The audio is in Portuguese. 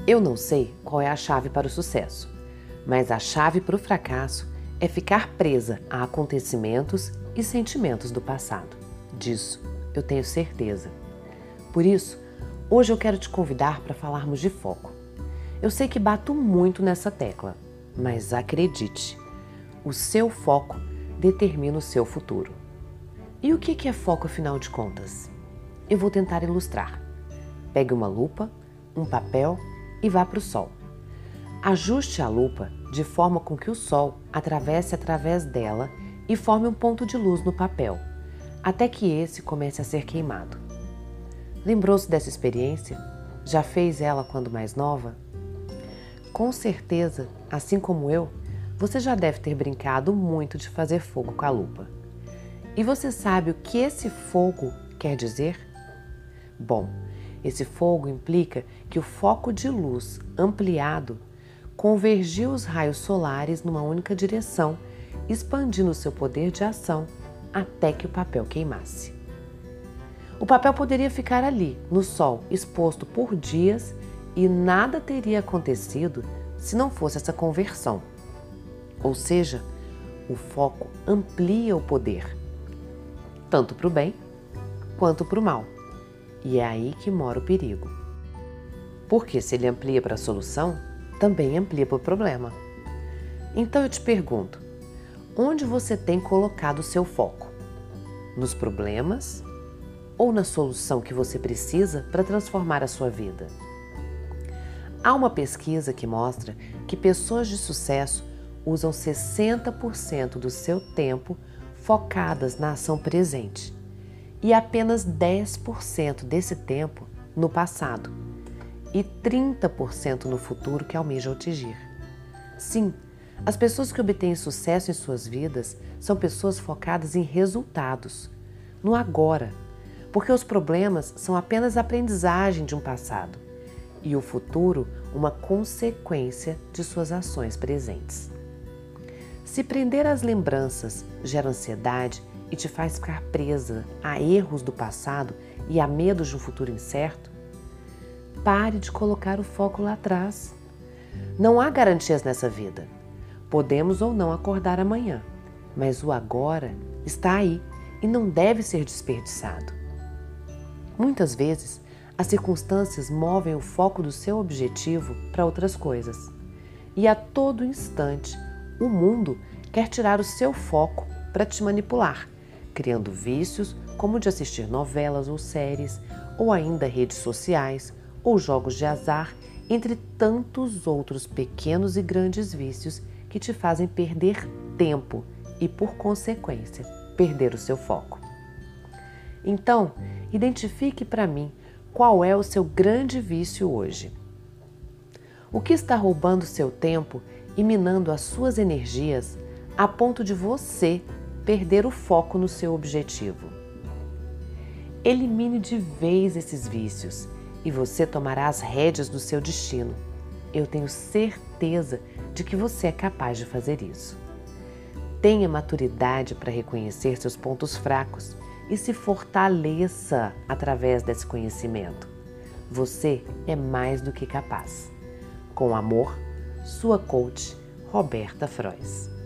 Eu não sei qual é a chave para o sucesso, mas a chave para o fracasso é ficar presa a acontecimentos e sentimentos do passado. Disso eu tenho certeza. Por isso, hoje eu quero te convidar para falarmos de foco. Eu sei que bato muito nessa tecla, mas acredite, o seu foco determina o seu futuro. E o que é foco, afinal de contas? Eu vou tentar ilustrar. Pegue uma lupa, um papel e vá para o sol. Ajuste a lupa de forma com que o sol atravesse através dela e forme um ponto de luz no papel, até que esse comece a ser queimado. Lembrou-se dessa experiência? Já fez ela quando mais nova? Com certeza, assim como eu, você já deve ter brincado muito de fazer fogo com a lupa. E você sabe o que esse fogo quer dizer? Bom, esse fogo implica que o foco de luz ampliado convergiu os raios solares numa única direção, expandindo seu poder de ação até que o papel queimasse. O papel poderia ficar ali, no sol, exposto por dias e nada teria acontecido se não fosse essa conversão. Ou seja, o foco amplia o poder, tanto para o bem quanto para o mal. E é aí que mora o perigo. Porque se ele amplia para a solução, também amplia para o problema. Então eu te pergunto, onde você tem colocado o seu foco? Nos problemas ou na solução que você precisa para transformar a sua vida? Há uma pesquisa que mostra que pessoas de sucesso usam 60% do seu tempo focadas na ação presente e apenas 10% desse tempo no passado e 30% no futuro que almejam atingir. Sim, as pessoas que obtêm sucesso em suas vidas são pessoas focadas em resultados, no agora, porque os problemas são apenas aprendizagem de um passado e o futuro uma consequência de suas ações presentes. Se prender às lembranças gera ansiedade e te faz ficar presa a erros do passado e a medos de um futuro incerto, pare de colocar o foco lá atrás. Não há garantias nessa vida. Podemos ou não acordar amanhã, mas o agora está aí e não deve ser desperdiçado. Muitas vezes, as circunstâncias movem o foco do seu objetivo para outras coisas. E a todo instante, o mundo quer tirar o seu foco para te manipular, criando vícios como o de assistir novelas ou séries, ou ainda redes sociais, ou jogos de azar, entre tantos outros pequenos e grandes vícios que te fazem perder tempo e, por consequência, perder o seu foco. Então, identifique para mim qual é o seu grande vício hoje. O que está roubando seu tempo e minando as suas energias a ponto de você perder o foco no seu objetivo? Elimine de vez esses vícios e você tomará as rédeas do seu destino. Eu tenho certeza de que você é capaz de fazer isso. Tenha maturidade para reconhecer seus pontos fracos e se fortaleça através desse conhecimento. Você é mais do que capaz. Com amor, sua coach, Roberta Frois.